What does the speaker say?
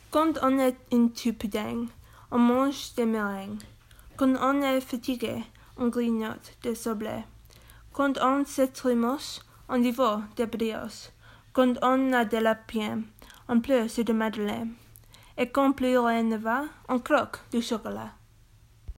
Quand on est une pudding, on mange des meringues. Quand on est fatigué, on grignote des sablés. Quand on se trémousse, on dévore des brioches. Quand on a de la peine, on pleure sur de madeleine. Et quand plus rien ne va, on croque du chocolat.